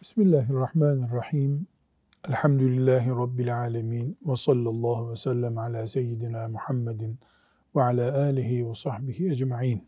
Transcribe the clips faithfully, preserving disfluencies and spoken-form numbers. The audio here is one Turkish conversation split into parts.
Bismillahirrahmanirrahim. Elhamdülillahi Rabbil alemin. Ve sallallahu ve sellem ala seyyidina Muhammedin ve ala alihi ve sahbihi ecma'in.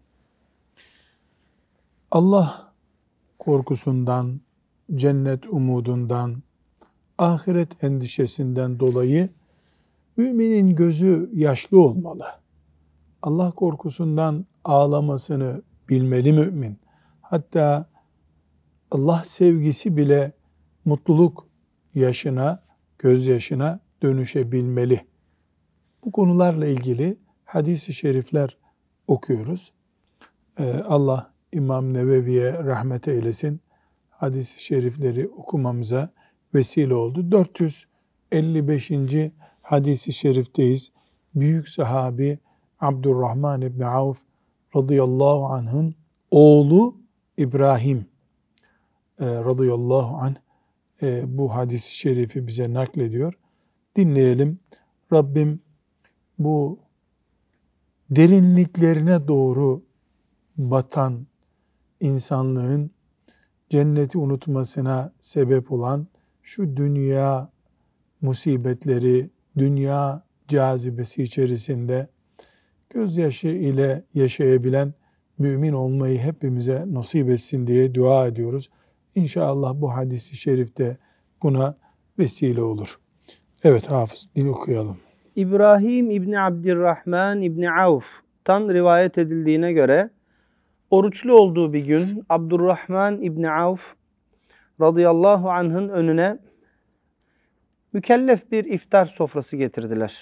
Allah korkusundan, cennet umudundan, ahiret endişesinden dolayı müminin gözü yaşlı olmalı. Allah korkusundan ağlamasını bilmeli mümin. Hatta Allah sevgisi bile mutluluk yaşına, gözyaşına dönüşebilmeli. Bu konularla ilgili hadis-i şerifler okuyoruz. Ee, Allah İmam Nevevi'ye rahmet eylesin. Hadis-i şerifleri okumamıza vesile oldu. dört yüz elli beşinci hadis-i şerifteyiz. Büyük sahabi Abdurrahman İbni Avf radıyallahu anh'ın oğlu İbrahim e, radıyallahu anh e, bu hadis-i şerifi bize naklediyor. Dinleyelim. Rabbim bu derinliklerine doğru batan insanlığın cenneti unutmasına sebep olan şu dünya musibetleri, dünya cazibesi içerisinde gözyaşı ile yaşayabilen mümin olmayı hepimize nasip etsin diye dua ediyoruz. İnşallah bu hadis-i şerifte buna vesile olur. Evet Hafız, din okuyalım. İbrahim İbni Abdurrahman İbni Avf'tan rivayet edildiğine göre oruçlu olduğu bir gün Abdurrahman İbni Avf radıyallahu anh'ın önüne mükellef bir iftar sofrası getirdiler.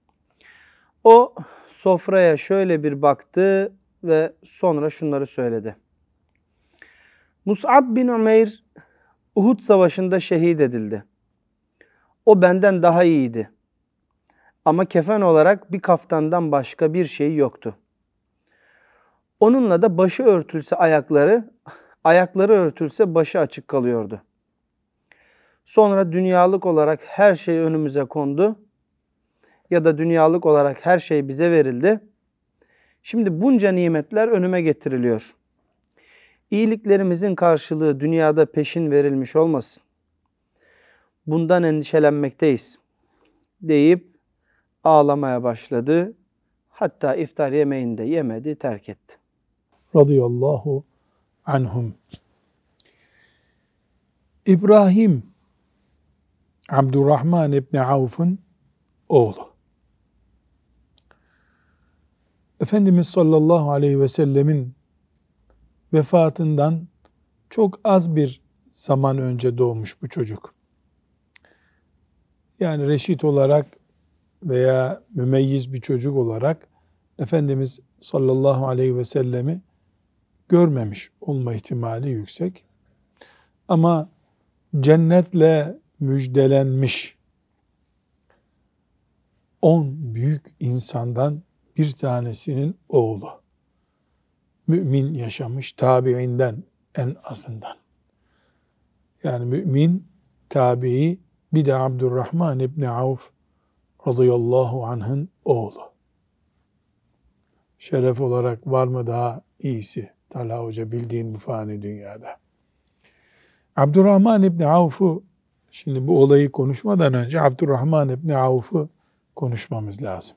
O sofraya şöyle bir baktı ve sonra şunları söyledi. Mus'ab bin Umeyr Uhud Savaşı'nda şehit edildi. O benden daha iyiydi. Ama kefen olarak bir kaftandan başka bir şey yoktu. Onunla da başı örtülse ayakları, ayakları örtülse başı açık kalıyordu. Sonra dünyalık olarak her şey önümüze kondu ya da dünyalık olarak her şey bize verildi. Şimdi bunca nimetler önüme getiriliyor. İyiliklerimizin karşılığı dünyada peşin verilmiş olmasın. Bundan endişelenmekteyiz deyip ağlamaya başladı. Hatta iftar yemeğini de yemedi, terk etti. Radıyallahu anhum. İbrahim Abdurrahman İbni Avf'ın oğlu. Efendimiz sallallahu aleyhi ve sellemin vefatından çok az bir zaman önce doğmuş bu çocuk. Yani reşit olarak veya mümeyyiz bir çocuk olarak Efendimiz sallallahu aleyhi ve sellemi görmemiş olma ihtimali yüksek. Ama cennetle müjdelenmiş on büyük insandan bir tanesinin oğlu. Mümin yaşamış, tabiinden en azından. Yani mümin, tabii, bir de Abdurrahman İbni Avf radıyallahu anh'ın oğlu. Şeref olarak var mı daha iyisi? Talha Hoca bildiğin bu fani dünyada. Abdurrahman İbni Avf'u, şimdi bu olayı konuşmadan önce Abdurrahman İbni Avf'u konuşmamız lazım.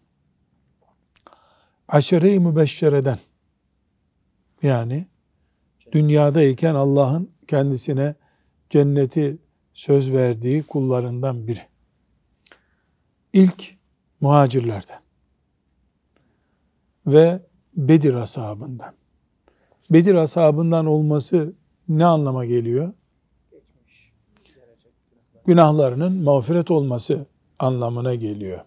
Aşere-i Mübeşşere'den, yani dünyadayken Allah'ın kendisine cenneti söz verdiği kullarından biri. İlk muhacirlerden ve Bedir ashabından. Bedir ashabından olması ne anlama geliyor? Günahlarının mağfiret olması anlamına geliyor.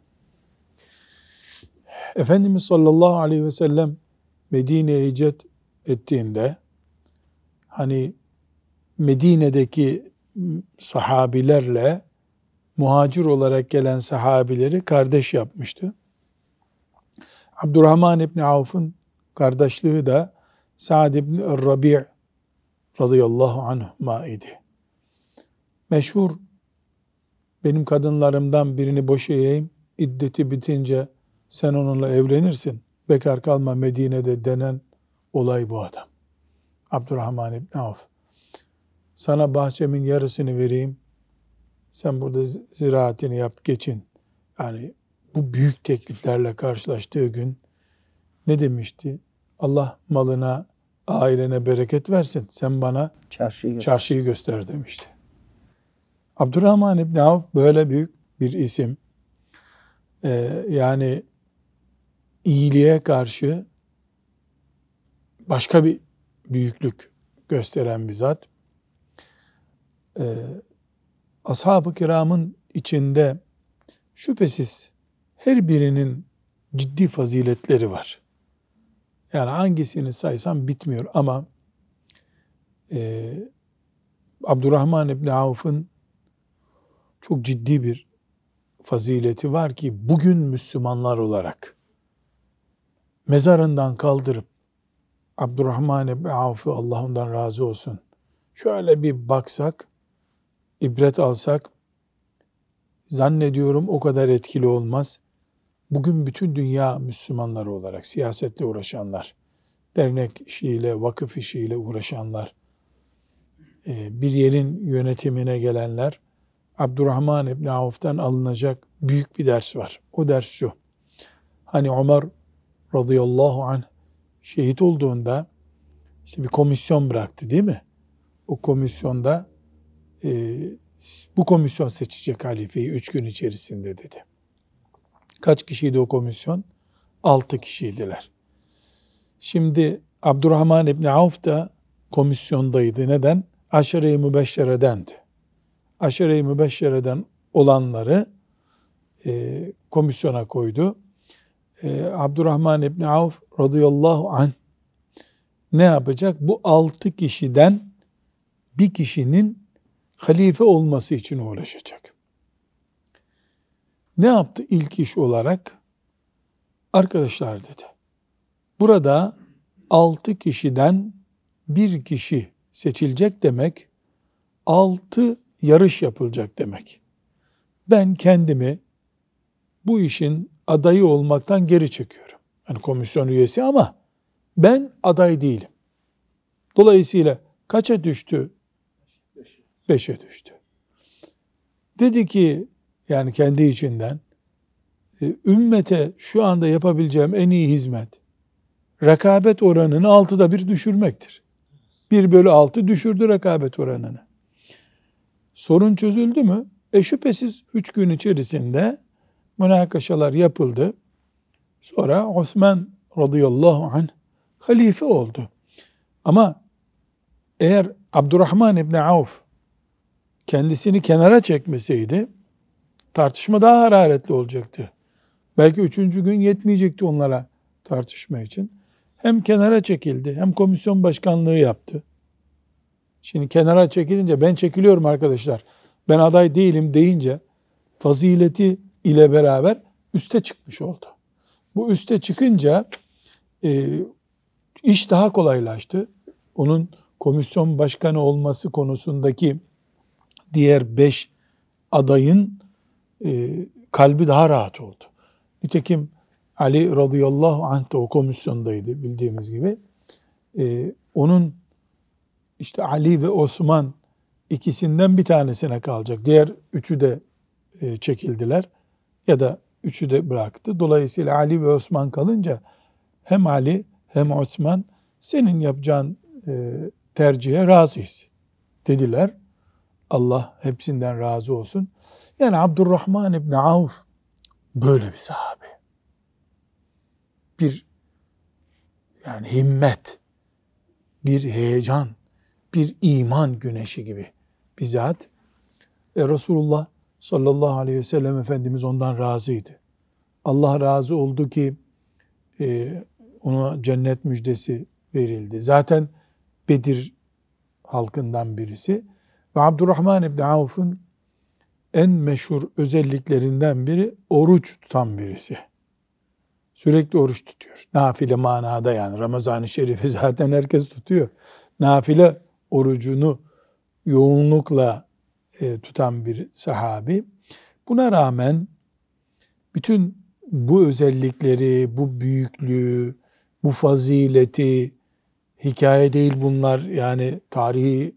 Efendimiz sallallahu aleyhi ve sellem Medine'ye hicret ettiğinde hani Medine'deki sahabilerle muhacir olarak gelen sahabileri kardeş yapmıştı. Abdurrahman İbni Avf'ın kardeşliği de Sa'd İbni Rabi' radıyallahu anhuma idi. Meşhur, benim kadınlarımdan birini boşayayım, iddeti bitince sen onunla evlenirsin, bekar kalma Medine'de denen olay bu adam. Abdurrahman İbni Avf. sana bahçemin yarısını vereyim, sen burada ziraatini yap geçin. Yani bu büyük tekliflerle karşılaştığı gün ne demişti? Allah malına, ailene bereket versin. Sen bana Çarşıyı göster. çarşıyı göster demişti. Abdurrahman İbni Avf böyle büyük bir isim. Ee, yani iyiliğe karşı başka bir büyüklük gösteren bir zat. Ee, Ashab-ı kiramın içinde şüphesiz her birinin ciddi faziletleri var. Yani hangisini saysam bitmiyor ama e, Abdurrahman İbni Avf'ın çok ciddi bir fazileti var ki bugün Müslümanlar olarak mezarından kaldırıp Abdurrahman İbni Avf'ı, Allah ondan razı olsun, şöyle bir baksak, ibret alsak, zannediyorum o kadar etkili olmaz. Bugün bütün dünya Müslümanları olarak siyasetle uğraşanlar, dernek işiyle, vakıf işiyle uğraşanlar, bir yerin yönetimine gelenler, Abdurrahman İbni Avf'tan alınacak büyük bir ders var. O ders şu: hani Ömer radıyallahu anh şehit olduğunda işte bir komisyon bıraktı değil mi? O komisyonda e, bu komisyon seçecek halifeyi üç gün içerisinde dedi. Kaç kişiydi o komisyon? Altı kişiydiler. Şimdi Abdurrahman İbni Avf da komisyondaydı. Neden? Aşere-i Mübeşşere'dendi. Aşere-i Mübeşşere'den olanları e, komisyona koydu. E, Abdurrahman İbni Avf radıyallahu anh ne yapacak? Bu altı kişiden bir kişinin halife olması için uğraşacak. Ne yaptı ilk iş olarak? Arkadaşlar dedi, burada altı kişiden bir kişi seçilecek demek, altı yarış yapılacak demek. Ben kendimi bu işin adayı olmaktan geri çekiyorum. Yani komisyon üyesi ama ben aday değilim. Dolayısıyla kaça düştü? Beşe düştü. Dedi ki, yani kendi içinden, ümmete şu anda yapabileceğim en iyi hizmet, rekabet oranını altıda bir düşürmektir. Bir bölü altı düşürdü rekabet oranını. Sorun çözüldü mü? E şüphesiz üç gün içerisinde münakaşalar yapıldı. Sonra Osman radıyallahu anh halife oldu. Ama eğer Abdurrahman İbni Avf kendisini kenara çekmeseydi tartışma daha hararetli olacaktı. Belki üçüncü gün yetmeyecekti onlara tartışma için. Hem kenara çekildi, hem komisyon başkanlığı yaptı. Şimdi kenara çekilince ben çekiliyorum arkadaşlar, ben aday değilim deyince fazileti ile beraber üste çıkmış oldu. Bu üste çıkınca e, iş daha kolaylaştı. Onun komisyon başkanı olması konusundaki diğer beş adayın e, kalbi daha rahat oldu. Nitekim Ali radıyallahu anh da o komisyondaydı bildiğimiz gibi. E, onun işte Ali ve Osman ikisinden bir tanesine kalacak. Diğer üçü de e, çekildiler ya da üçü de bıraktı. Dolayısıyla Ali ve Osman kalınca hem Ali hem Osman senin yapacağın e, tercihe razıyız dediler. Allah hepsinden razı olsun. Yani Abdurrahman İbni Avf böyle bir sahabe. Bir yani himmet, bir heyecan, bir iman güneşi gibi bir zat. E Resulullah sallallahu aleyhi ve sellem Efendimiz ondan razıydı. Allah razı oldu ki e, ona cennet müjdesi verildi. Zaten Bedir halkından birisi. Ve Abdurrahman İbni Avf'ın en meşhur özelliklerinden biri oruç tutan birisi. Sürekli oruç tutuyor. Nafile manada yani. Ramazan-ı Şerif'i zaten herkes tutuyor. Nafile orucunu yoğunlukla e, tutan bir sahabi. Buna rağmen bütün bu özellikleri, bu büyüklüğü, bu fazileti, hikaye değil bunlar, yani tarihi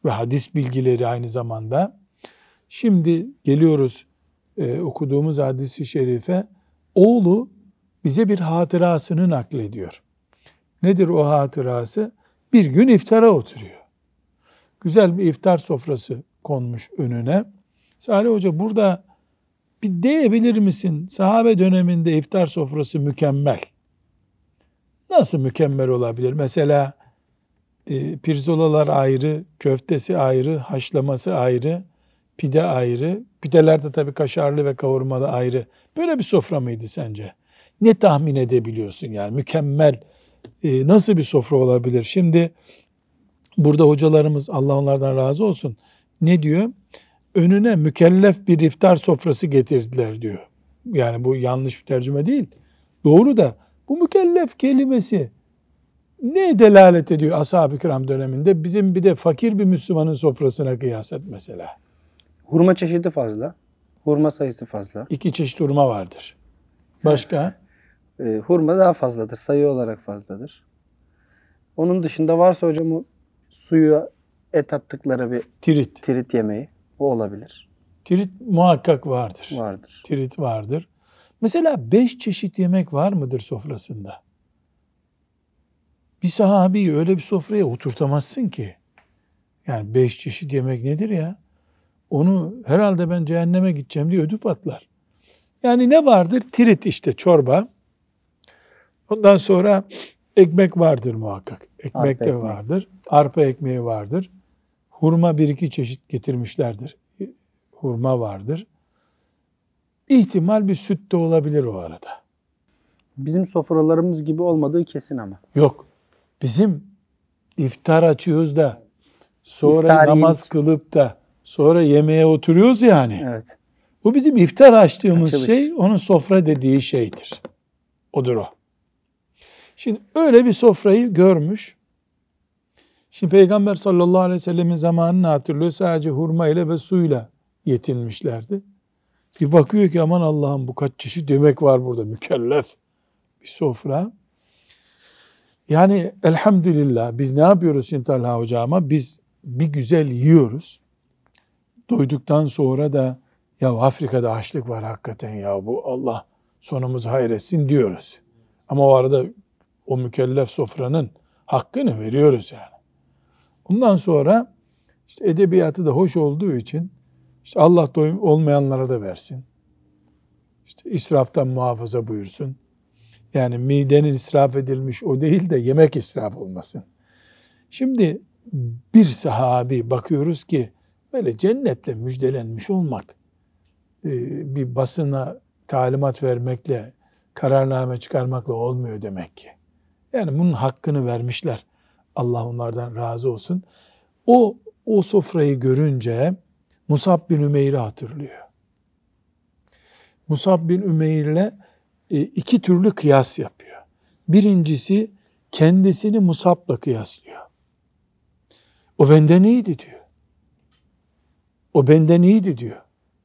ve hadis bilgileri aynı zamanda. Şimdi geliyoruz e, okuduğumuz hadis-i şerife. Oğlu bize bir hatırasını naklediyor. Nedir o hatırası? Bir gün iftara oturuyor. Güzel bir iftar sofrası konmuş önüne. Salih Hoca, burada bir diyebilir misin? Sahabe döneminde iftar sofrası mükemmel. Nasıl mükemmel olabilir? Mesela e, pirzolalar ayrı, köftesi ayrı, haşlaması ayrı, pide ayrı. Pideler de tabii kaşarlı ve kavurmalı ayrı. Böyle bir sofra mıydı sence? Ne tahmin edebiliyorsun yani? Mükemmel e, nasıl bir sofra olabilir? Şimdi burada hocalarımız, Allah onlardan razı olsun, ne diyor? Önüne mükellef bir iftar sofrası getirdiler diyor. Yani bu yanlış bir tercüme değil. Doğru da bu mükellef kelimesi ne delalet ediyor ashab-ı kiram döneminde? Bizim bir de fakir bir Müslümanın sofrasına kıyas et mesela. Hurma çeşidi fazla. Hurma sayısı fazla. İki çeşit hurma vardır. Başka? E, hurma daha fazladır. Sayı olarak fazladır. Onun dışında varsa hocam o suyu et attıkları bir Tirit. tirit yemeği. O olabilir. Tirit muhakkak vardır. Vardır. Tirit vardır. Mesela beş çeşit yemek var mıdır sofrasında? Bir sahabeyi öyle bir sofraya oturtamazsın ki. Yani beş çeşit yemek nedir ya? Onu herhalde ben cehenneme gideceğim diye ödü patlar. Yani ne vardır? Tirit işte, çorba. Ondan sonra ekmek vardır muhakkak. Ekmek Arpa de ekmeği. vardır. Arpa ekmeği vardır. Hurma bir iki çeşit getirmişlerdir. Hurma vardır. İhtimal bir süt de olabilir o arada. Bizim sofralarımız gibi olmadığı kesin ama. Yok. Bizim iftar açıyoruz da sonra İftari namaz yemek. kılıp da sonra yemeğe oturuyoruz yani. Evet. Bu bizim iftar açtığımız Açılış. şey, onun sofra dediği şeydir. Odur o. Şimdi öyle bir sofrayı görmüş. Şimdi Peygamber sallallahu aleyhi ve sellemin zamanını hatırlıyor. Sadece hurma ile ve suyla yetinmişlerdi. Bir bakıyor ki aman Allah'ım bu kaç çeşit yemek var burada. Mükellef bir sofra. Yani elhamdülillah biz ne yapıyoruz şimdi Talha hocama? Biz bir güzel yiyoruz. Doyduktan sonra da ya Afrika'da açlık var hakikaten ya, bu Allah sonumuzu hayretsin diyoruz. Ama o arada o mükellef sofranın hakkını veriyoruz yani. Ondan sonra işte edebiyatı da hoş olduğu için işte Allah doyum olmayanlara da versin. İşte israftan muhafaza buyursun. Yani midenin israf edilmiş o değil de yemek israf olmasın. Şimdi bir sahabi bakıyoruz ki böyle cennetle müjdelenmiş olmak bir basına talimat vermekle, kararname çıkarmakla olmuyor demek ki. Yani bunun hakkını vermişler. Allah onlardan razı olsun. O o sofrayı görünce Musab bin Ümeyr'i hatırlıyor. Musab bin Ümeyr'le iki türlü kıyas yapıyor. Birincisi kendisini Musab'la kıyaslıyor. O benden iyiydi diyor. O benden iyiydi diyor.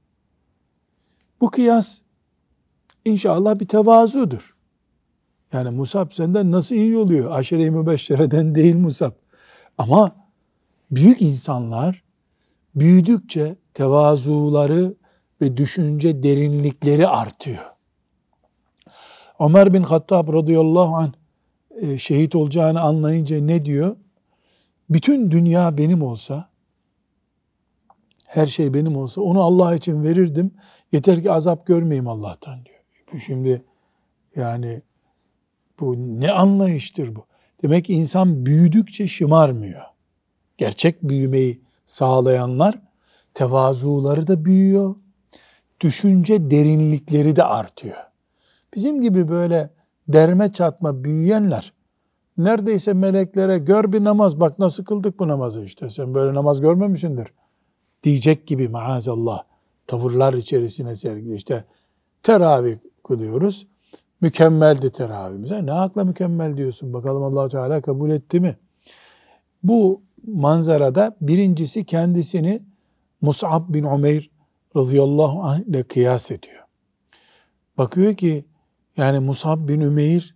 Bu kıyas inşallah bir tevazudur. Yani Musab senden nasıl iyi oluyor? Aşere-i mübeşşereden değil Musab. Ama büyük insanlar büyüdükçe tevazuları ve düşünce derinlikleri artıyor. Ömer bin Hattab radıyallahu anh şehit olacağını anlayınca ne diyor? Bütün dünya benim olsa, her şey benim olsa onu Allah için verirdim. Yeter ki azap görmeyeyim Allah'tan diyor. Bu şimdi yani bu ne anlayıştır bu? Demek ki insan büyüdükçe şımarmıyor. Gerçek büyümeyi sağlayanlar tevazuları da büyüyor. Düşünce derinlikleri de artıyor. Bizim gibi böyle derme çatma büyüyenler neredeyse meleklere gör bir namaz, bak nasıl kıldık bu namazı işte, sen böyle namaz görmemişsindir diyecek gibi maazallah tavırlar içerisine sergiliyor. İşte teravih kılıyoruz. Mükemmeldi teravihimiz. Ne akla mükemmel diyorsun? Bakalım Allah Teala kabul etti mi? Bu manzarada birincisi kendisini Mus'ab bin Umeyr radıyallahu anh ile kıyas ediyor. Bakıyor ki yani Mus'ab bin Umeyr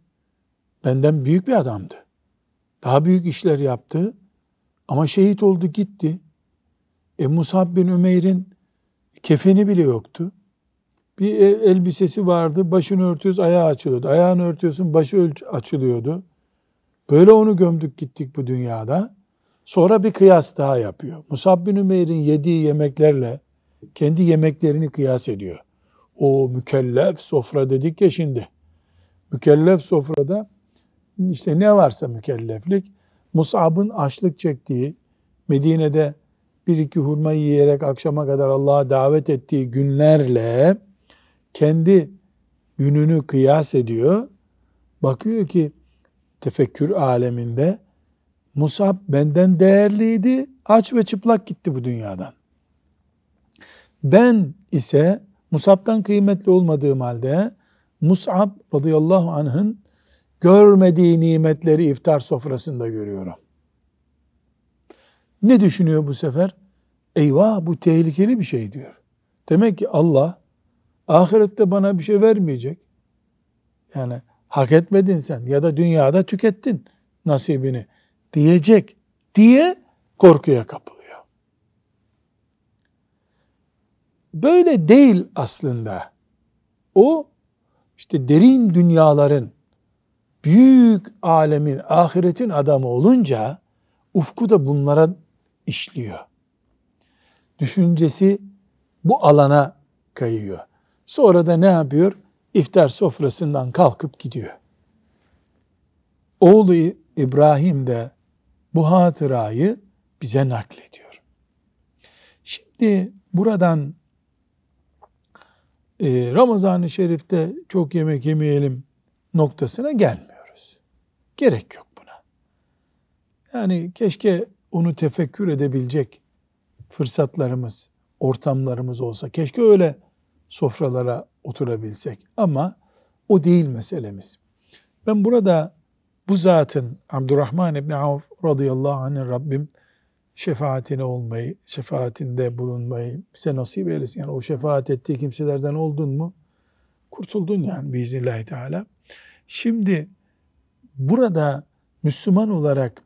benden büyük bir adamdı. Daha büyük işler yaptı ama şehit oldu gitti. E Musab bin Ümeyr'in kefeni bile yoktu. Bir elbisesi vardı, başını örtüyoruz, ayağı açılıyordu. Ayağını örtüyorsun, başı açılıyordu. Böyle onu gömdük gittik bu dünyada. Sonra bir kıyas daha yapıyor. Musab bin Ümeyr'in yediği yemeklerle kendi yemeklerini kıyas ediyor. O mükellef sofra dedik ya şimdi. Mükellef sofrada işte ne varsa mükelleflik, Mus'ab'ın açlık çektiği, Medine'de bir iki hurma yiyerek akşama kadar Allah'a davet ettiği günlerle kendi gününü kıyas ediyor. Bakıyor ki tefekkür aleminde Mus'ab benden değerliydi, aç ve çıplak gitti bu dünyadan. Ben ise Mus'ab'dan kıymetli olmadığım halde Mus'ab radıyallahu anh'ın görmediği nimetleri iftar sofrasında görüyorum. Ne düşünüyor bu sefer? Eyvah, bu tehlikeli bir şey diyor. Demek ki Allah ahirette bana bir şey vermeyecek. Yani hak etmedin sen ya da dünyada tükettin nasibini diyecek diye korkuya kapılıyor. Böyle değil aslında. O işte derin dünyaların, büyük alemin, ahiretin adamı olunca ufku da bunlara işliyor. Düşüncesi bu alana kayıyor. Sonra da ne yapıyor? İftar sofrasından kalkıp gidiyor. Oğlu İbrahim de bu hatırayı bize naklediyor. Şimdi buradan e, Ramazan-ı Şerif'te çok yemek yemeyelim noktasına gelmiyoruz. Gerek yok buna. Yani keşke onu tefekkür edebilecek fırsatlarımız, ortamlarımız olsa. Keşke öyle sofralara oturabilsek. Ama o değil meselemiz. Ben burada bu zatın Abdurrahman İbni Avf radıyallahu anh'ın Rabbim şefaatine olmayı, şefaatinde bulunmayı bize nasip eylesin. Yani o şefaat ettiği kimselerden oldun mu kurtuldun yani biiznillahü teala. Şimdi burada Müslüman olarak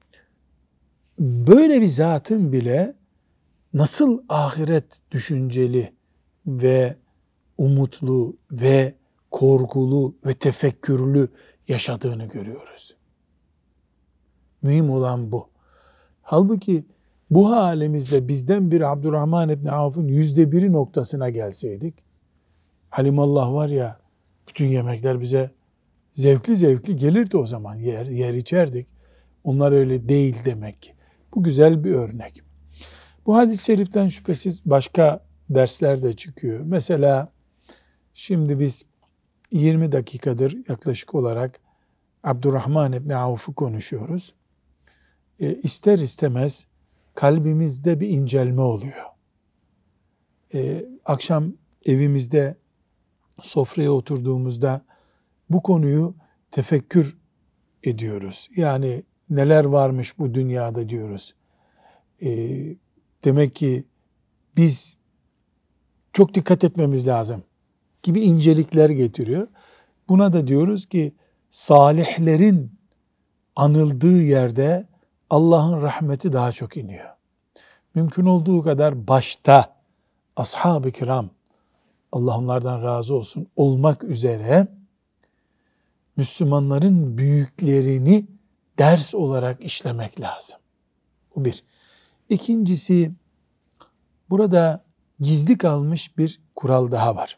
böyle bir zatın bile nasıl ahiret düşünceli ve umutlu ve korkulu ve tefekkürlü yaşadığını görüyoruz. Mühim olan bu. Halbuki bu halimizde bizden bir Abdurrahman İbni Avf'ın yüzde biri noktasına gelseydik, halimallah var ya, bütün yemekler bize zevkli zevkli gelirdi o zaman. Yer, yer içerdik. Onlar öyle değil demek ki. Bu güzel bir örnek. Bu hadis-i şeriften şüphesiz başka dersler de çıkıyor. Mesela şimdi biz yirmi dakikadır yaklaşık olarak Abdurrahman İbni Avf'ı konuşuyoruz. E, ister istemez kalbimizde bir incelme oluyor. E, akşam evimizde sofraya oturduğumuzda bu konuyu tefekkür ediyoruz. Yani neler varmış bu dünyada diyoruz. E, demek ki biz çok dikkat etmemiz lazım gibi incelikler getiriyor. Buna da diyoruz ki salihlerin anıldığı yerde Allah'ın rahmeti daha çok iniyor. Mümkün olduğu kadar başta ashab-ı kiram, Allah onlardan razı olsun, olmak üzere Müslümanların büyüklerini ders olarak işlemek lazım. Bu bir. İkincisi, burada gizli kalmış bir kural daha var.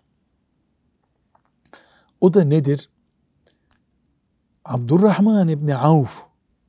O da nedir? Abdurrahman İbni Avf,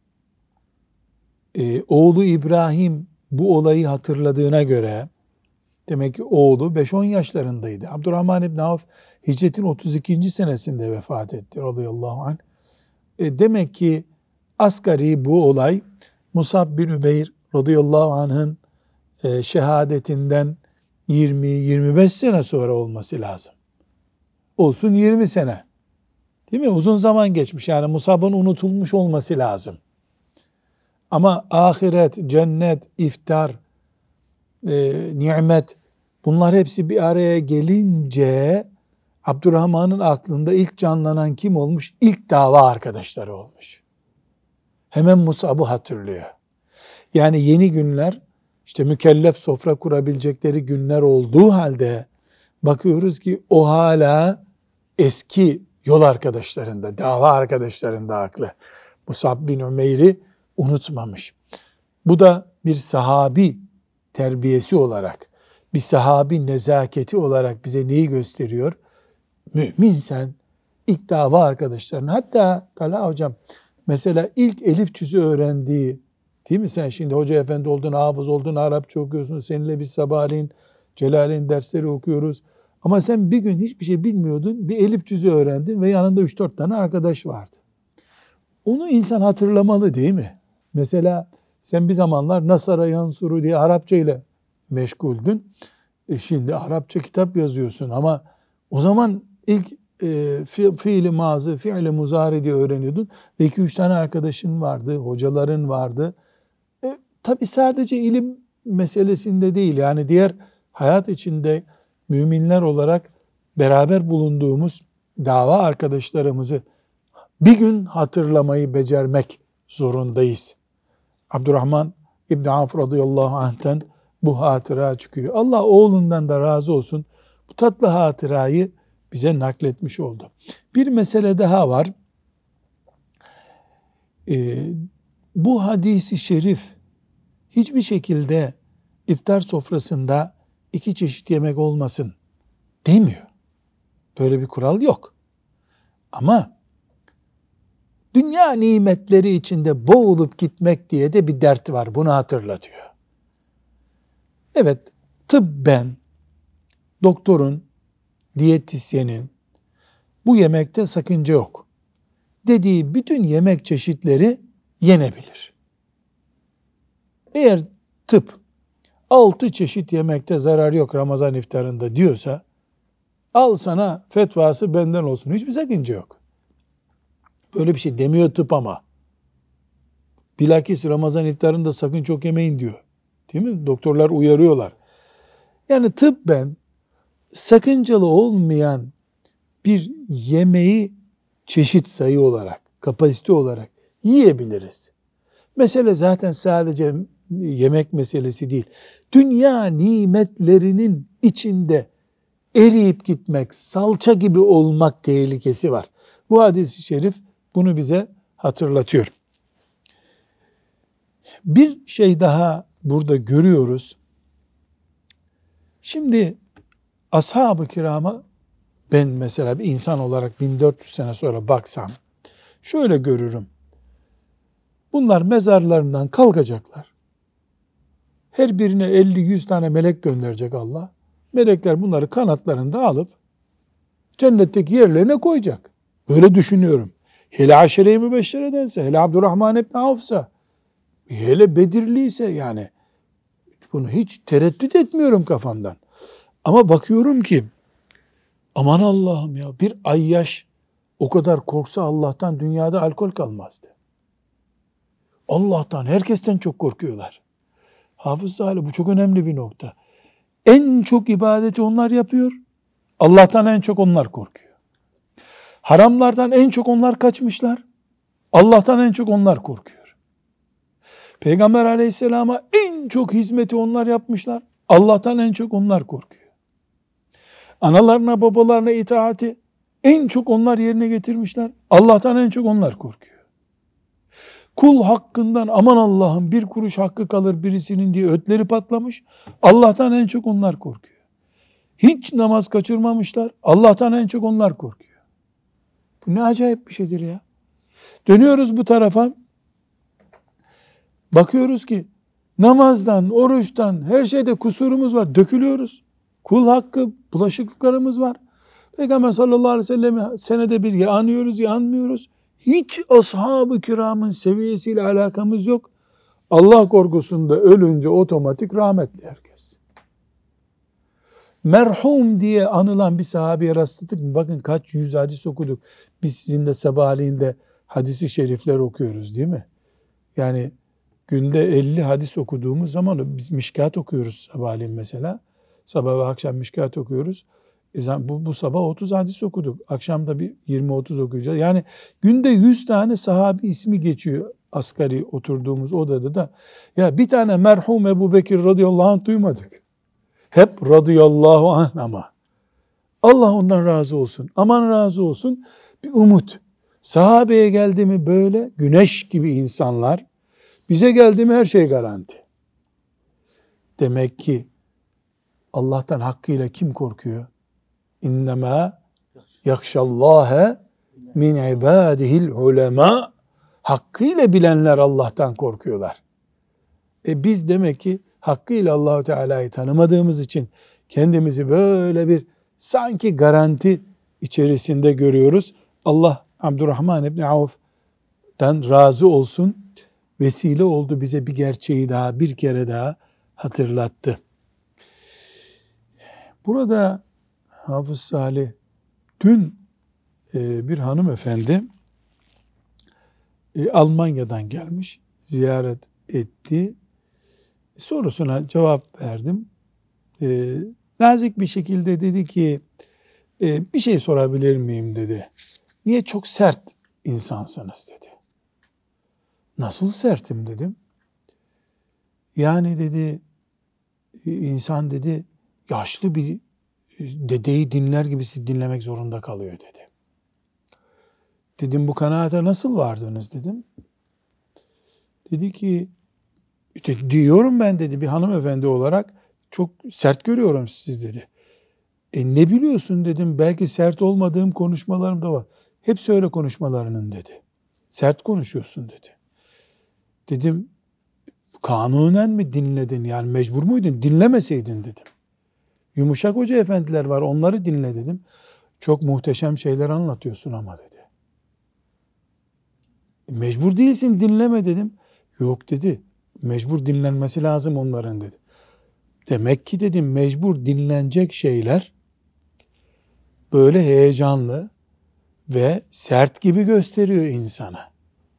e, oğlu İbrahim bu olayı hatırladığına göre, demek ki oğlu beş on yaşlarındaydı. Abdurrahman İbni Avf hicretin otuz ikinci senesinde vefat etti radıyallahu anh. E, demek ki asgari bu olay Musab bin Ümeyr radıyallahu anh'ın e, şehadetinden yirmi yirmi beş sene sonra olması lazım. Olsun yirmi sene. Değil mi? Uzun zaman geçmiş. Yani Musab'ın unutulmuş olması lazım. Ama ahiret, cennet, iftar, e, nimet, bunlar hepsi bir araya gelince Abdurrahman'ın aklında ilk canlanan kim olmuş? İlk dava arkadaşları olmuş. Hemen Musab'ı hatırlıyor. Yani yeni günler işte mükellef sofra kurabilecekleri günler olduğu halde bakıyoruz ki o hala eski yol arkadaşlarında, dava arkadaşlarında haklı. Musab bin Ümeyr'i unutmamış. Bu da bir sahabi terbiyesi olarak, bir sahabi nezaketi olarak bize neyi gösteriyor? Müminsen ilk dava arkadaşlarına, hatta Talha hocam mesela ilk elif cüzü öğrendiği, değil mi, sen şimdi hoca efendi oldun, hafız oldun, Arapça okuyorsun, seninle biz sabahleyin Celal'in dersleri okuyoruz. Ama sen bir gün hiçbir şey bilmiyordun, bir elif cüzü öğrendin ve yanında üç dört tane arkadaş vardı. Onu insan hatırlamalı, değil mi? Mesela sen bir zamanlar Nasara Yansuru diye Arapça ile meşguldün. E şimdi Arapça kitap yazıyorsun ama o zaman ilk e, fi, fiili mazı, fiili muzari diye öğreniyordun. Ve iki üç tane arkadaşın vardı, hocaların vardı. E, tabii sadece ilim meselesinde değil, yani diğer hayat içinde müminler olarak beraber bulunduğumuz dava arkadaşlarımızı bir gün hatırlamayı becermek zorundayız. Abdurrahman İbni Avf radıyallahu anh'ten bu hatıra çıkıyor. Allah oğlundan da razı olsun. Bu tatlı hatırayı bize nakletmiş oldu. Bir mesele daha var. Ee, bu hadisi şerif hiçbir şekilde iftar sofrasında iki çeşit yemek olmasın demiyor. Böyle bir kural yok. Ama dünya nimetleri içinde boğulup gitmek diye de bir dert var. Bunu hatırlatıyor. Evet, tıbben doktorun, diyetisyenin bu yemekte sakınca yok dediği bütün yemek çeşitleri yenebilir. Eğer tıp altı çeşit yemekte zarar yok Ramazan iftarında diyorsa, al sana fetvası benden olsun. Hiçbir sakınca yok. Böyle bir şey demiyor tıp ama. Bilakis Ramazan iftarında sakın çok yemeyin diyor. Değil mi? Doktorlar uyarıyorlar. Yani tıbben sakıncalı olmayan bir yemeği çeşit sayı olarak, kapasite olarak yiyebiliriz. Mesele zaten sadece yemek meselesi değil. Dünya nimetlerinin içinde eriyip gitmek, salça gibi olmak tehlikesi var. Bu hadis-i şerif bunu bize hatırlatıyor. Bir şey daha burada görüyoruz. Şimdi ashab-ı kirama ben mesela bir insan olarak bin dört yüz sene sonra baksam şöyle görürüm. Bunlar mezarlarından kalkacaklar. Her birine elli yüz tane melek gönderecek Allah. Melekler bunları kanatlarında alıp cennetteki yerlerine koyacak. Böyle düşünüyorum. Hele aşere-i mübeşşeredense, hele Abdurrahman İbni Avf'sa, hele Bedirliyse yani bunu hiç tereddüt etmiyorum kafamdan. Ama bakıyorum ki aman Allah'ım ya, bir ayyaş o kadar korksa Allah'tan dünyada alkol kalmazdı. Allah'tan, herkesten çok korkuyorlar. Hafız Salih, bu çok önemli bir nokta. En çok ibadeti onlar yapıyor. Allah'tan en çok onlar korkuyor. Haramlardan en çok onlar kaçmışlar. Allah'tan en çok onlar korkuyor. Peygamber aleyhisselama en çok hizmeti onlar yapmışlar. Allah'tan en çok onlar korkuyor. Analarına babalarına itaati en çok onlar yerine getirmişler. Allah'tan en çok onlar korkuyor. Kul hakkından aman Allah'ım bir kuruş hakkı kalır birisinin diye ötleri patlamış. Allah'tan en çok onlar korkuyor. Hiç namaz kaçırmamışlar. Allah'tan en çok onlar korkuyor. Bu ne acayip bir şeydir ya. Dönüyoruz bu tarafa. Bakıyoruz ki namazdan, oruçtan, her şeyde kusurumuz var. Dökülüyoruz. Kul hakkı, bulaşıklıklarımız var. Peygamber sallallahu aleyhi ve sellem'i senede bir ya anıyoruz ya anmıyoruz. Hiç ashab-ı kiramın seviyesiyle alakamız yok. Allah korkusunda ölünce otomatik rahmetli herkes. Merhum diye anılan bir sahabeye rastladık mı? Bakın kaç yüz hadis okuduk. Biz sizinle sabahleyin de hadisi şerifler okuyoruz değil mi? Yani günde elli hadis okuduğumuz zaman biz mişkat okuyoruz sabahleyin mesela. Sabah ve akşam mişkat okuyoruz. E bu, bu sabah otuz hadis okuduk. Akşam da bir yirmi otuz okuyacağız. Yani günde yüz tane sahabi ismi geçiyor asgari oturduğumuz odada da ya bir tane merhum Ebu Bekir radıyallahu anh duymadık. Hep radıyallahu anh ama. Allah ondan razı olsun. Aman razı olsun. Bir umut. Sahabeye geldi mi böyle güneş gibi insanlar. Bize geldi mi her şey garanti. Demek ki Allah'tan hakkıyla kim korkuyor? İnnemâ yakşallâhe min ibâdihil ulemâ. Hakkıyla bilenler Allah'tan korkuyorlar. E biz demek ki hakkıyla Allahu Teala'yı tanımadığımız için kendimizi böyle bir sanki garanti içerisinde görüyoruz. Allah Abdurrahman İbni Avf'tan razı olsun. Vesile oldu bize bir gerçeği daha bir kere daha hatırlattı. Burada Hafız Salih dün e, bir hanımefendi e, Almanya'dan gelmiş, ziyaret etti. Sorusuna cevap verdim. E, nazik bir şekilde dedi ki e, bir şey sorabilir miyim dedi. Niye çok sert insansınız dedi. Nasıl sertim dedim. Yani dedi insan dedi yaşlı bir dedeyi dinler gibi sizi dinlemek zorunda kalıyor dedi. Dedim bu kanaate nasıl vardınız dedim. Dedi ki işte diyorum ben dedi bir hanımefendi olarak çok sert görüyorum sizi dedi. E ne biliyorsun dedim belki sert olmadığım konuşmalarım da var. Hepsi öyle konuşmalarının dedi. Sert konuşuyorsun dedi. Dedim kanunen mi dinledin yani mecbur muydun dinlemeseydin dedim. Yumuşak hoca efendiler var onları dinle dedim. Çok muhteşem şeyler anlatıyorsun ama dedi. Mecbur değilsin dinleme dedim. Yok dedi mecbur dinlenmesi lazım onların dedi. Demek ki dedim mecbur dinlenecek şeyler böyle heyecanlı ve sert gibi gösteriyor insana.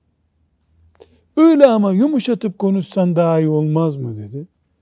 Öyle ama yumuşatıp konuşsan daha iyi olmaz mı dedi.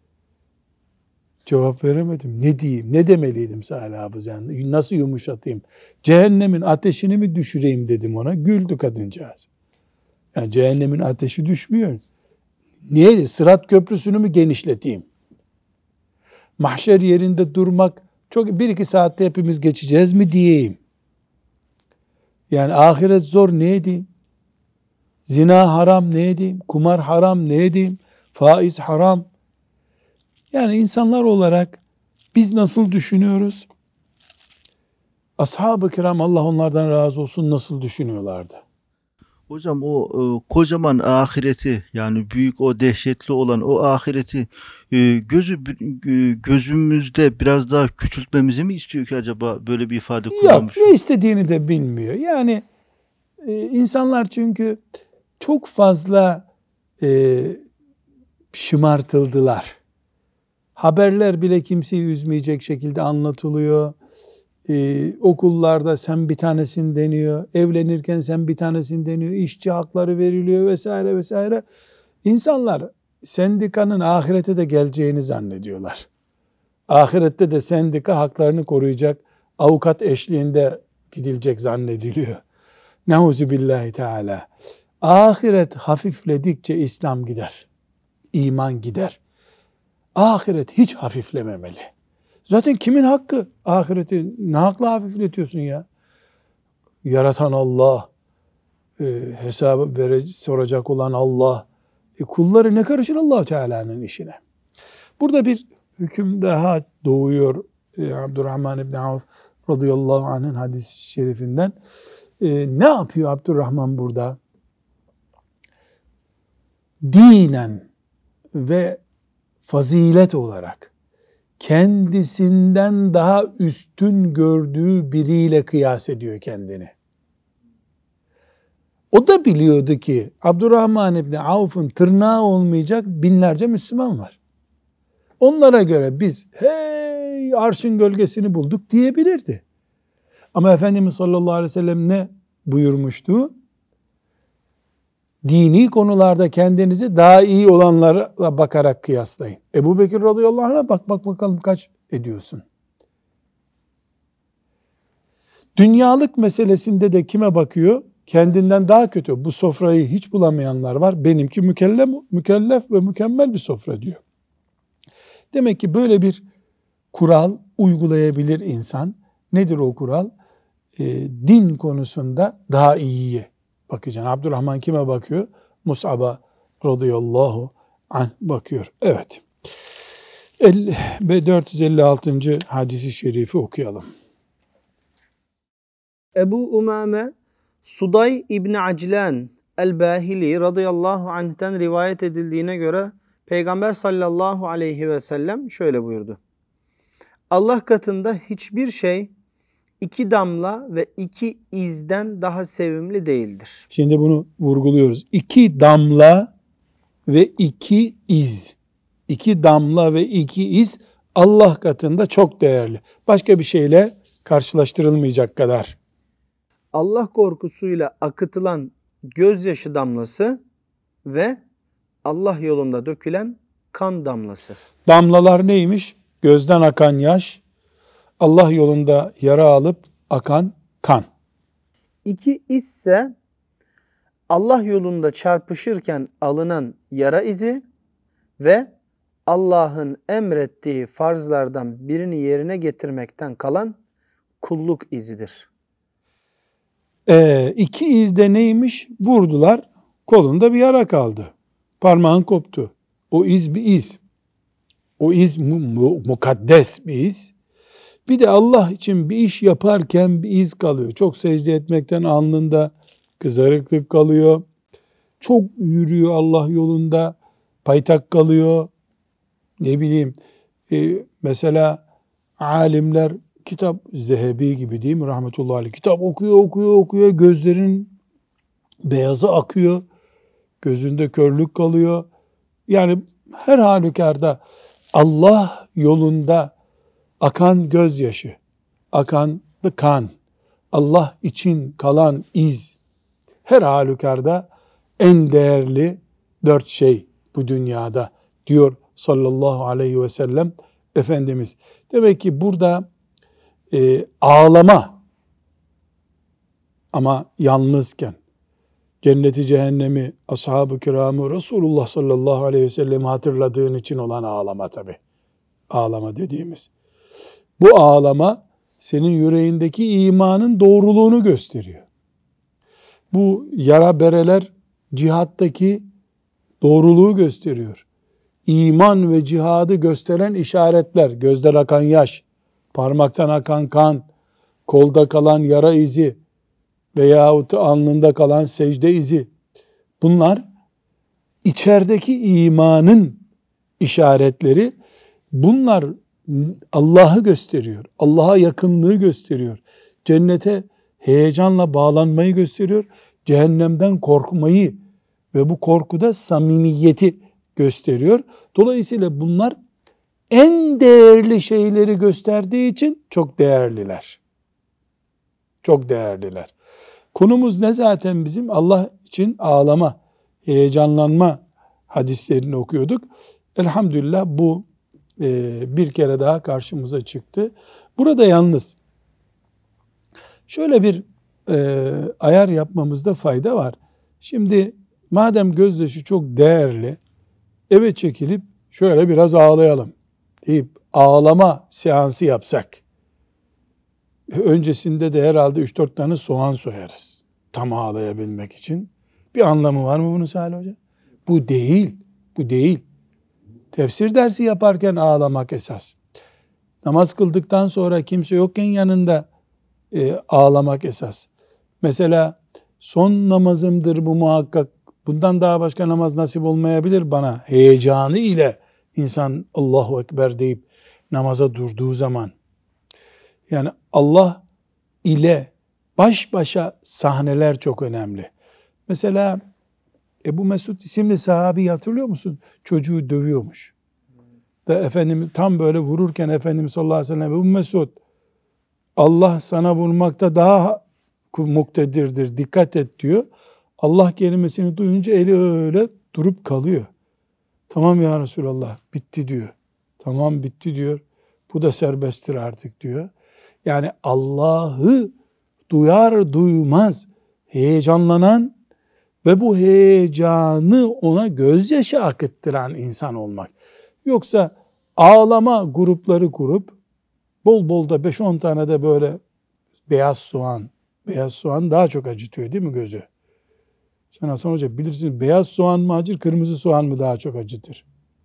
Cevap veremedim. Ne diyeyim? Ne demeliydim Salih Hafız yani? Nasıl yumuşatayım? Cehennemin ateşini mi düşüreyim dedim ona. Güldü kadıncağız. Yani cehennemin ateşi düşmüyor. Niye? Sırat köprüsünü mü genişleteyim? Mahşer yerinde durmak çok bir iki saatte hepimiz geçeceğiz mi diyeyim. Yani ahiret zor ne diyeyim? Zina haram ne diyeyim? Kumar haram ne diyeyim? Faiz haram. Yani insanlar olarak biz nasıl düşünüyoruz? Ashab-ı kiram Allah onlardan razı olsun nasıl düşünüyorlardı? Hocam o e, kocaman ahireti yani büyük o dehşetli olan o ahireti e, gözü e, gözümüzde biraz daha küçültmemizi mi istiyor ki acaba böyle bir ifade kullanmış? Yok ne istediğini de bilmiyor. Yani e, insanlar çünkü çok fazla e, şımartıldılar. Haberler bile kimseyi üzmeyecek şekilde anlatılıyor. Ee, okullarda sen bir tanesin deniyor. Evlenirken sen bir tanesin deniyor. İşçi hakları veriliyor vesaire vesaire. İnsanlar sendikanın ahirete de geleceğini zannediyorlar. Ahirette de sendika haklarını koruyacak avukat eşliğinde gidilecek zannediliyor. Neuzubillahi teala. Ahiret hafifledikçe İslam gider. İman gider. Ahiret hiç hafiflememeli. Zaten kimin hakkı? Ahireti ne hakla hafifletiyorsun ya? Yaratan Allah, e, hesabı verecek, soracak olan Allah. E, kulları ne karışır Allah Teala'nın işine? Burada bir hüküm daha doğuyor e, Abdurrahman İbni Avf radıyallahu anh'ın hadis-i şerifinden. E, ne yapıyor Abdurrahman burada? Dinen ve fazilet olarak kendisinden daha üstün gördüğü biriyle kıyas ediyor kendini. O da biliyordu ki Abdurrahman İbni Avf'ın tırnağı olmayacak binlerce Müslüman var. Onlara göre biz hey arşın gölgesini bulduk diyebilirdi. Ama Efendimiz sallallahu aleyhi ve sellem ne buyurmuştu? Dini konularda kendinizi daha iyi olanlara bakarak kıyaslayın. Ebu Bekir radıyallahu anh'a bak bak bakalım kaç ediyorsun. Dünyalık meselesinde de kime bakıyor? kendinden daha kötü. Bu sofrayı hiç bulamayanlar var. Benimki mükellef, mükellef ve mükemmel bir sofra diyor. Demek ki böyle bir kural uygulayabilir insan. Nedir o kural? E, din konusunda daha iyiye bakacaksın. Abdurrahman kime bakıyor? Mus'ab'a radıyallahu anh bakıyor. Evet. Ve dört yüz elli altıncı hadisi şerifi okuyalım. Ebu Umame Suday İbni Aclan El-Bahili radıyallahu anh'ten rivayet edildiğine göre Peygamber sallallahu aleyhi ve sellem şöyle buyurdu. Allah katında hiçbir şey iki damla ve iki izden daha sevimli değildir. Şimdi bunu vurguluyoruz. İki damla ve iki iz. İki damla ve iki iz Allah katında çok değerli. Başka bir şeyle karşılaştırılmayacak kadar. Allah korkusuyla akıtılan gözyaşı damlası ve Allah yolunda dökülen kan damlası. Damlalar neymiş? Gözden akan yaş, Allah yolunda yara alıp akan kan. İki ise Allah yolunda çarpışırken alınan yara izi ve Allah'ın emrettiği farzlardan birini yerine getirmekten kalan kulluk izidir. Ee, iki izde neymiş? Vurdular, kolunda bir yara kaldı. Parmağın koptu. O iz bir iz. O iz mu, mu, mukaddes bir iz. Bir de Allah için bir iş yaparken bir iz kalıyor. Çok secde etmekten alnında kızarıklık kalıyor. Çok yürüyor Allah yolunda, paytak kalıyor. Ne bileyim, e, mesela alimler kitap, Zehebi gibi değil mi rahmetullahi aleyh, kitap okuyor okuyor okuyor, gözlerin beyazı akıyor, gözünde körlük kalıyor. Yani her halükarda Allah yolunda akan gözyaşı, akan kan, Allah için kalan iz, her halükarda en değerli dört şey bu dünyada diyor sallallahu aleyhi ve sellem Efendimiz. Demek ki burada e, ağlama ama yalnızken, cenneti cehennemi, ashab-ı kiramı, Resulullah sallallahu aleyhi ve sellem hatırladığın için olan ağlama tabi. Ağlama dediğimiz. Bu ağlama senin yüreğindeki imanın doğruluğunu gösteriyor. Bu yara bereler cihattaki doğruluğu gösteriyor. İman ve cihadı gösteren işaretler, gözden akan yaş, parmaktan akan kan, kolda kalan yara izi veyahut alnında kalan secde izi. Bunlar içerideki imanın işaretleri. Bunlar Allah'ı gösteriyor. Allah'a yakınlığı gösteriyor. Cennete heyecanla bağlanmayı gösteriyor. Cehennemden korkmayı ve bu korkuda samimiyeti gösteriyor. Dolayısıyla bunlar en değerli şeyleri gösterdiği için çok değerliler. Çok değerliler. Konumuz ne zaten bizim? Allah için ağlama, heyecanlanma hadislerini okuyorduk. Elhamdülillah bu e, bir kere daha karşımıza çıktı. Burada yalnız şöyle bir e, ayar yapmamızda fayda var. Şimdi madem gözyaşı çok değerli, eve çekilip şöyle biraz ağlayalım deyip ağlama seansı yapsak, öncesinde de herhalde üç dört tane soğan soyarız tam ağlayabilmek için. Bir anlamı var mı bunun Salih Hoca? Bu değil, bu değil. Tefsir dersi yaparken ağlamak esas. Namaz kıldıktan sonra kimse yokken yanında e, ağlamak esas. Mesela son namazımdır bu muhakkak, bundan daha başka namaz nasip olmayabilir bana heyecanı ile insan Allahu Ekber deyip namaza durduğu zaman, yani Allah ile baş başa sahneler çok önemli. Mesela Ebu Mesud isimli sahabeyi hatırlıyor musun? Çocuğu dövüyormuş. Da Efendimiz tam böyle vururken Efendimiz sallallahu aleyhi ve sellem, Ebu Mesud, Allah sana vurmakta daha muktedirdir, dikkat et diyor. Allah kelimesini duyunca eli öyle durup kalıyor. Tamam ya Resulallah, bitti diyor. Tamam bitti diyor. Bu da serbesttir artık diyor. Yani Allah'ı duyar duymaz heyecanlanan ve bu heyecanı ona gözyaşı akıttıran insan olmak. Yoksa ağlama grupları kurup bol bol da beş on tane de böyle beyaz soğan, beyaz soğan daha çok acıtıyor değil mi gözü? Sen Hasan Hoca bilirsin, beyaz soğan mı acır, kırmızı soğan mı daha çok acıtır?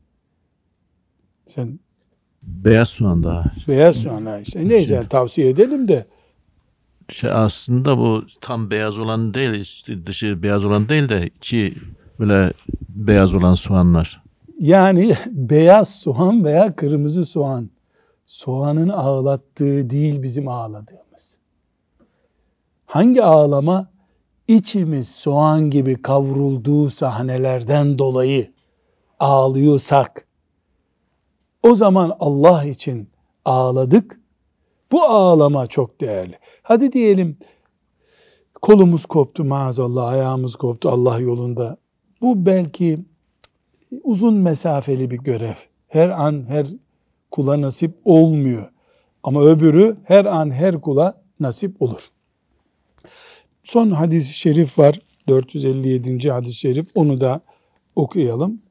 Sen Beyaz soğan daha. beyaz soğan ha işte. Neyse yani tavsiye edelim de. Şey aslında bu tam beyaz olan değil, işte dışı beyaz olan değil de içi böyle beyaz olan soğanlar. Yani beyaz soğan veya kırmızı soğan. Soğanın ağlattığı değil bizim ağladığımız. Hangi ağlama? İçimiz soğan gibi kavrulduğu sahnelerden dolayı ağlıyorsak, o zaman Allah için ağladık. Bu ağlama çok değerli. Hadi diyelim kolumuz koptu maazallah, ayağımız koptu Allah yolunda. Bu belki uzun mesafeli bir görev. Her an her kula nasip olmuyor. Ama öbürü her an her kula nasip olur. Son hadis-i şerif var. dört yüz elli yedinci hadis-i şerif. Onu da okuyalım.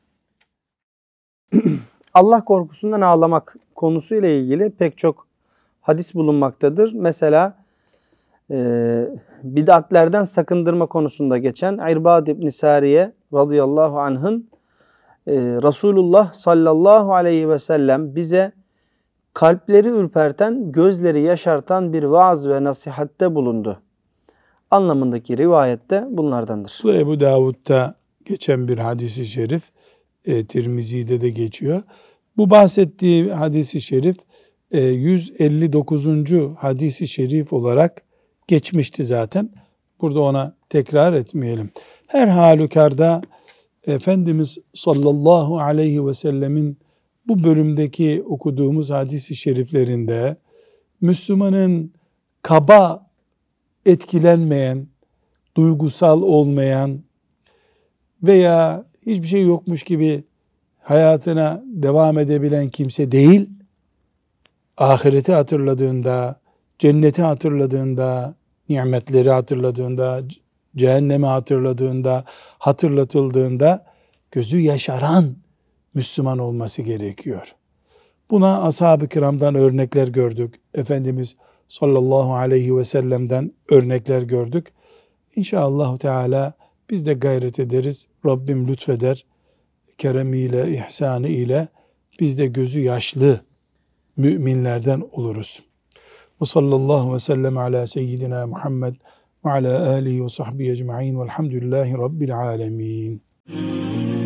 Allah korkusundan ağlamak konusuyla ilgili pek çok hadis bulunmaktadır. Mesela e, bid'atlerden sakındırma konusunda geçen İrbad İbn Sariye radıyallahu anh'ın e, Resulullah sallallahu aleyhi ve sellem bize kalpleri ürperten, gözleri yaşartan bir vaaz ve nasihatte bulundu anlamındaki rivayette bunlardandır. Bu Ebu Davud'da geçen bir hadis-i şerif, e, Tirmizi'de de geçiyor. Bu bahsettiği hadis-i şerif e, yüz elli dokuzuncu hadis-i şerif olarak geçmişti zaten. Burada ona tekrar etmeyelim. Her halükarda Efendimiz sallallahu aleyhi ve sellemin bu bölümdeki okuduğumuz hadis-i şeriflerinde Müslümanın kaba etkilenmeyen, duygusal olmayan veya hiçbir şey yokmuş gibi hayatına devam edebilen kimse değil, ahireti hatırladığında, cenneti hatırladığında, nimetleri hatırladığında, cehennemi hatırladığında, hatırlatıldığında gözü yaşaran Müslüman olması gerekiyor. Buna ashab-ı kiramdan örnekler gördük. Efendimiz sallallahu aleyhi ve sellem'den örnekler gördük. İnşallah Teala biz de gayret ederiz. Rabbim lütfeder. Keremiyle, ihsanı ile biz de gözü yaşlı müminlerden oluruz. Ve sallallahu ve sellem ala seyyidina Muhammed ve ala alihi ve sahbihi ecma'in velhamdülillahi rabbil alemin.